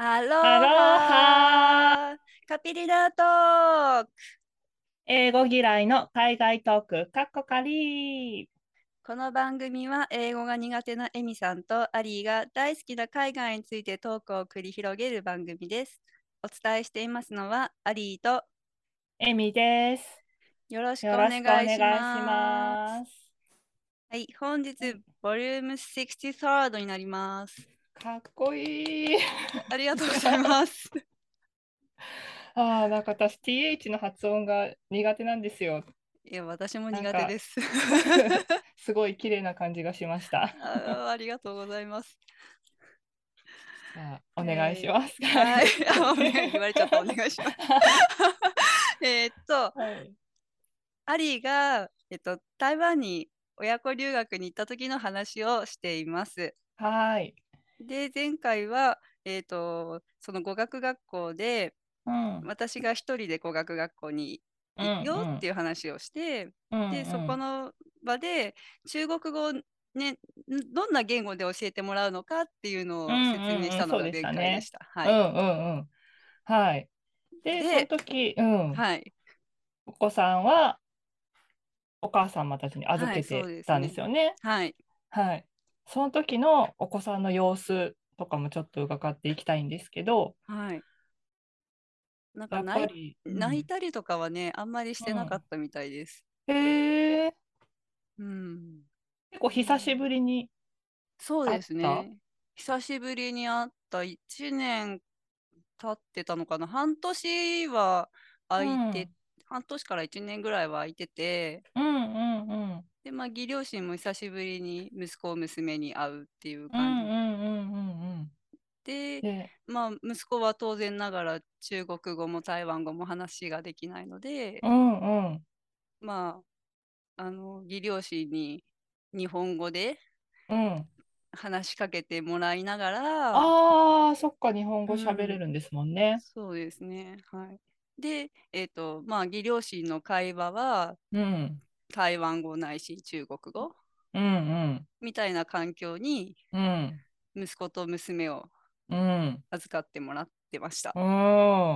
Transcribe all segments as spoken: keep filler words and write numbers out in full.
アロアロハ。 ハカピリラトーク。 英語嫌いの海外トーク、カッコカリ。 この番組は英語が苦手なエミさんとアリーが大好きな海外についてトークを繰り広げる番組です。お伝えしていますのはアリーとエミです。 よろしくおよろしくお願いし願いします。 ます。 はい、本日はい、 ボリュームろくじゅうさんになります。 かっこいい。 ありがとうございます。 ああ、なんか私 ティーエイチ の発音が苦手なんですよ。 いや、私もなんか苦手です。 すごい綺麗な感じがしました。 あ、ありがとうございます。 じゃあ、お願いしえます。 ー、はい。 はい。 あ、お願い、言われちゃった。お願いします。えーっと、 はい。 アリーが、えっと、台湾に親子留学に行った時の話をしています。 はい。 で、前回は、えーっと、その語学学校で、 うん。 私が一人で語学学校にうん行くよってうん。 いう話をして、 うんで、そうん。 この場で中国語をね、どんな言語で教えてもらうのかっていううんのを説明うんうん。そうでししたのが前たね。 回でした。はい。 うんうんうん。はい。で、そので、 時、うん、 はい。 お子さんはお母様たちに預はい、そうけてたんでですね。 すよね。 はい。 はい。その時のお子さんの様子とかもちょっと伺っていきたいんですけど、 はい。なんかやっ泣い、 ぱり、うん、 泣いたりとかはね、あんまりしてなかっうん。 たみたいです。 へえ、 うん。 結構久しぶりに会っそうですた。 ね。久しぶりに会ったいちねん経ってたのかな。半年はう空いて、 ん、 半年からいちねんぐらいは空いてて、 うん、うん、うん、 で、まあ、義両親も久しぶりに息子、娘に会うっていううん、 感じうん、うん、うん、うん。 で、 で、 まあ、息子は当然ながら中国語も台湾語も話ができないので、 うん、うん、 まあ、あの、義両親に日本語でうん。 話しかけてもらいながら、 ああ、そっか、日本語喋れうん、 るんですもんね。 そうですね。はい。で、えっと、まあ、義両親の会話はうん、 台湾語ないし中国語うん、うん、 みたいな環境にうん、 息子と娘をうん。 預かってもらってました。 うん。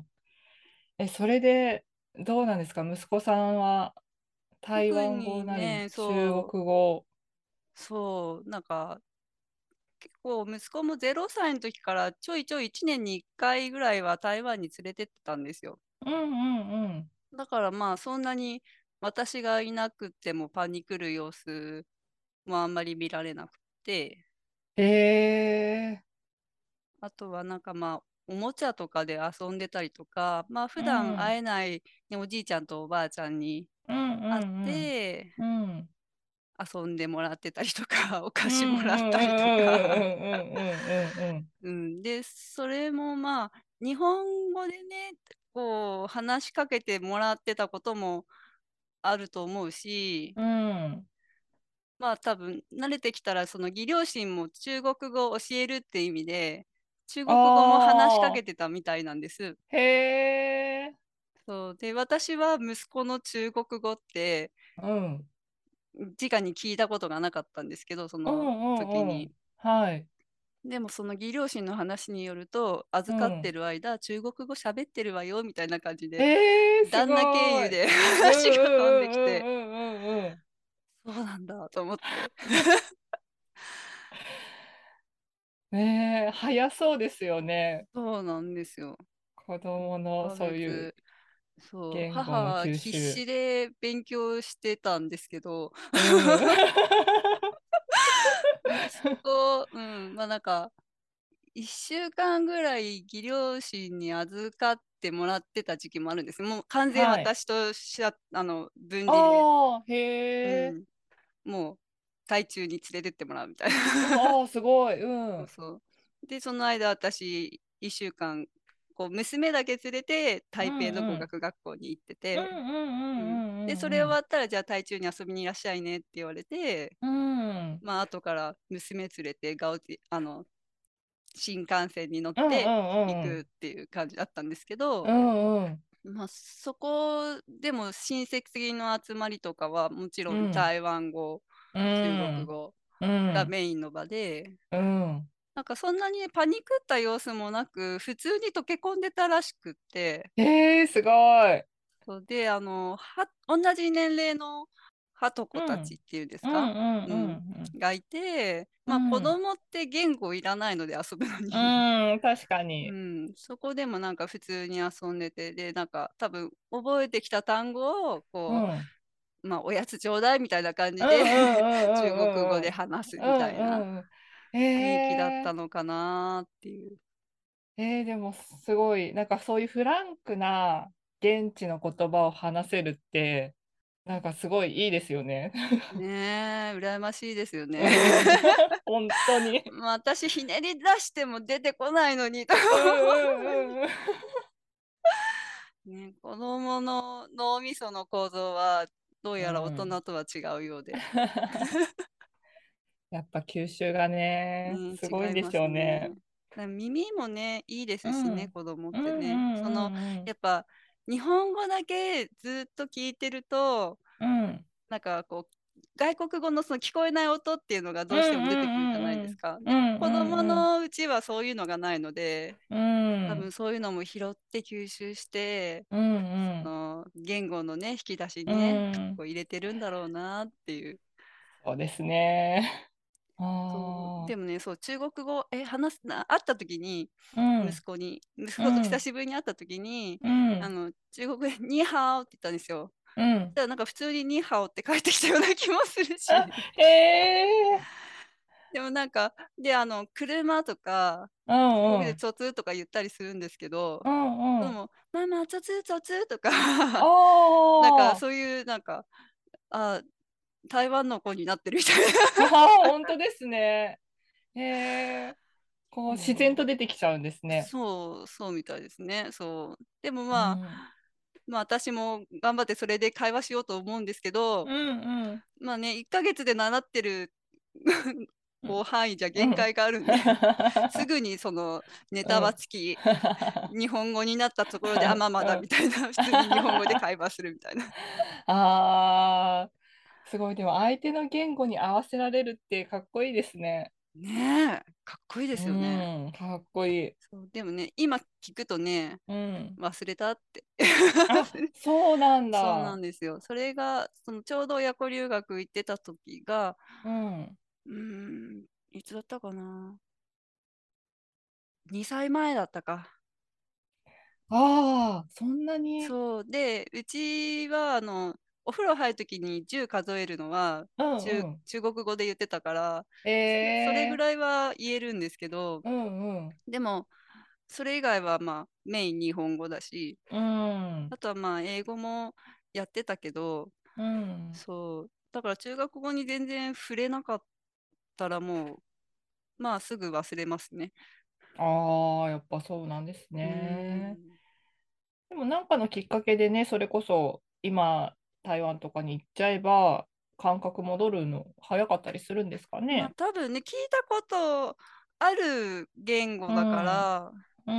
え、それで、どうなんですか、息子さんは台特湾語なりにね、 中そう、 国語。 そう、なんか結構息子もゼロさいの時からちょいちょいいちねんにいっかいぐらいは台湾に連れてってたんですよ。 うんうんうん。 だからまあそんなに私がいなくてもパニクる様子もあんまり見られなくて、 えー、 あとはなんかまあおもちゃとかで遊んでたりとか、まあ普段うん会えない、ね、おじいちゃんとおばあちゃんにうんう会っんてうん。うん遊んでもらってたりとか、おうんう菓子もらったりとんうんか、 うんうんうんうん。 うん、で、それもまあ、日本語でね、こう、話しかけてもらってたこともあると思うし、 うん。 まあ多分、慣れてきたら、その義両親も中国語を教えるって意味で、中国語も話しかけああ、 てたみたいなんです。 へえ。 そう。で、私は息子の中国語って、 うん直に聞いたことがなかったんですけど、そうんのうんうん。 時に。 はい。 でもその義両親の話によると、 う預かってん。 る間、中国語喋ってるわよ、みたいな感じで、 えー、す旦那経ごい。 由でうんう話が飛んできて、 んうんうんうんうんうん。 そうなんだと思って。 ねえ、早そうですよね。 そうなんですよ。 子供 1 のそういうヶ月。そう、 言語の母は吸収。 必死で勉強してたんですけど、 うん。 息子、うん、まあなんか、いっしゅうかんぐらい義両親に預かってもらってた時期もあるんです。もう完全はい。 私としゃあの分離で、 ああ、へえ。 うん、もう台中に連れてってもらうみたいな。 ああ、すごい。うん。 そうそう。で、その間私、いっしゅうかん、こう娘だけ連れてう台北の語んうん。 学学校に行ってうんて、 うんうん。で、そうんうんれ終わったら、じゃあ台中に遊びにいらっしゃいねって言われて、 うんうん。うん。 まあ、後から娘連れてガウティ、あの、新幹線に乗っうんうて行んうん。 くっていう感じだったんですけど、 うんうん。 まあ、そこでも親戚の集まりとかはもちろんうん。 台湾語、 う中国ん。 語うん。 がメインの場で、 うん。 なんかそんなにパニックった様子もなく、普通に溶け込んでたらしくって、 えー、すごい。 そうで、あの、は、同じ年齢のはとこたちうん。 っていうんですうんか、 うんうん、 うんがいて、まあ子うん。 供って言語いらないので遊ぶのうに、 ん。うん、確かうに。 ん、そこでもなんか普通に遊んでて、で、なんか多分覚えてきた単語を、こうん。 う、まあおやつちょうだいみたいな感うんじでうん中国語でうんうん話すうん。うみたいなんうんうん。 雰囲気だっえー、 たのかなっていう。 えー、でもすごい、なんかそういうフランクな現地の言葉を話せるって、なんかすごいいいですよね。 ねえ、羨ましいですようね。 ん、本当に。 まあ私ひねり出しても出てこないのにとうん思うんうんうん。 う。ね、子供の脳みその構造はどううやら大ん。 人とは違うようで。 やっぱ吸収がね、 ね、 すごいんでし違いますょうね。 ね。だ耳もね、いいでうすしね、 ん。 子供っうんうてね。その、 んうんやっぱ日本語だけずっと聞いてると、 うん。うん。 なんかこう、外国語のその聞こえない音っていうのがうんうどうしても出てくるじゃないですんか。でもうんうん。 子供うんうんのうちはそういうのがないので、 うん。うん。 多分そういうのも拾って吸収して、 うんうん。 その言語のね、引き出しうにね、 ん。 こう入れてるんだろうなっていう。 そうですね。 そうああ。 でもね、そう、中国語、え、話すな、会った時に、 うん。 息子に、息子と久うん。 しぶりに会った時に、 うん。 あの、中国でニーハオって言ったんですよ。 うん。 そしたらなんか普通にニーハオって返ってきたような気もするあ、 し。 へえ。 でもなんか、で、あの、車とか、 う中国でんうん。 チョツとか言ったりするんですけど、 うんうん。 でも、ママ、チョツチョツとかあなんかあ。 そういう、なんか、あ、台湾の子になってるみたいな。 ああ、本当ですね。へえ。こう、自然とうん、 出てきちゃうんですね。 そう、そうみたいですね。そう。でもまあ、 うん。 まあ私も頑張ってそれで会話しようと思うんですけど、 うんうん。 まあね、いっかげつで習ってるうん。 こう範囲じゃ限うん。 界があるんですぐにそのネタはうん。 つき、日本語になったところで、あ、まあまだみたいな、普通に日本語で会話するみたいな。 ああ、すごい。でも相手の言語に合わせられるってかっこいいですね。 ねえ、かっこいいでうすよね。 ん、かっこいい。 そうでもね、今聞くとね、 うん。 忘れたって。 あ、そうなんそうなだ。 んですよ。それが、そのちょうど親子留学行ってた時が、 うん。 うーん、いつだったかな。にさいまえだったか。 ああ、そんなに。 そう。で、うちは、あの、お風呂入るときにじゅう数えるのは中、 うんうん。 中国語で言ってたから、 えそそれぐえ、 らいは言えるんですけど、 うんうん。 でも、それ以外はまあメイン日本語だし、 うん。 あとはまあ英語もやってたけど、 うん。 そう。だから中学語に全然触れなかったらもう、まあすぐ忘れますね。 ああ、やっぱそうなんですうーね。 ん。 でもなんかのきっかけでね、それこそ今、台湾とかに行っちゃえば、感覚戻るの早かったりするんですかまあね。 多分ね、聞いたことある言語だかうん。 ら、 うん。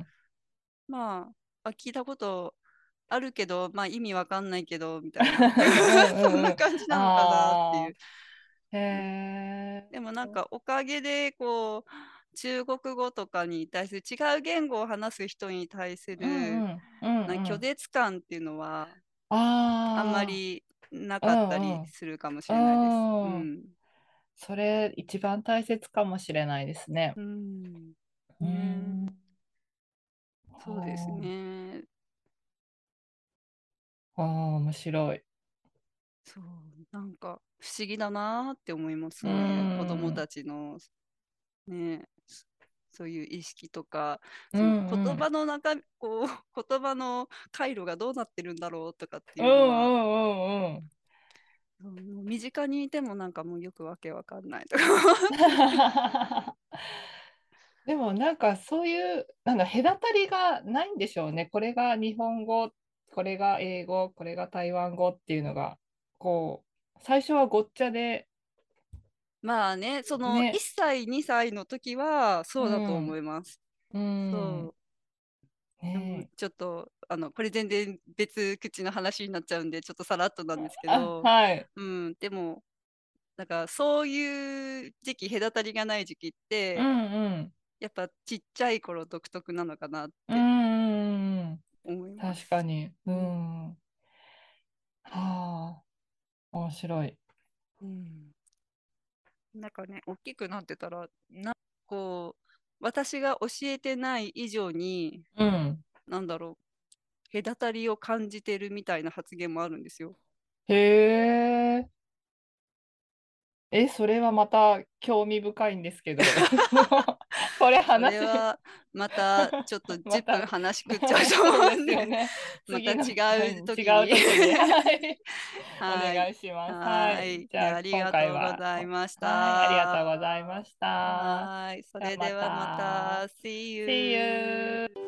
まあ、あ、聞いたことあるけど、まあ意味わかんないけど、みたいな。 うんそんうんうん。 な感じなのかなっていう。 ああ、へうん、 え。 でもなんかおかげで、こう、中国語とかに対する違う言語を話す人に対するうんうんうんな拒うん。 絶感っていうのはあんまありなあ、うかったりんするかもしれないです。ううん。うん。 ん。 それ一番大切かもしれないですね。 うん。 うーね、 ん。 そうですはね。 あ、ああ、面白い。 そう、なんか不思議だなって思います。 うーそういう子供ん。 たちのね、そそういう意識とか、 うそのんうん。 言葉の中、こう、言葉の回路がどうなってるんだろうとかってうんういうのは、 んうんうん。 うん身近にいてもなんかもうよくわけわかんないとか。 でもなんかそういう、なんだ、隔たりがないんでしょうね。これが日本語、これが英語、これが台湾語っていうのが、こう、最初はごっちゃで、 まあね、その1 ね、 歳、にさいの時はうそうだと思ん、 います。 うん、 そう。でもね、 ちょっと、あの、これ全然別口の話になっちゃうんで、ちょっとさらっとなんですけあ、 ど、 はい。 うん、でも、 だからそういう時期、隔たりがない時期っうて、 んやっぱちっちゃい頃独特なのかなっうん。うてんうん。 思いま確かす。 に。ううん。 ん。はあ、面白い。 うん、なんかね、大きくなってたら、な、こう、私が教えてない以上に、 うん。 なんだろう、隔たりを感じてるみたいな発言もあるんですよ。 へえ。え、それはまた興味深いんですけど。これそれ話はまたちょっと10分また話しくっちゃうとそうで思うんで、 すよね。 また次の、は違うい、違う時に。 時に、はい、おはい。 願いします。はい。 はい。 じゃあ、 であり今がとうご回は、 ざいましはい、ありがとうた。 ございました。 はい。そじゃあ、まれではまた。 た。See See you. you!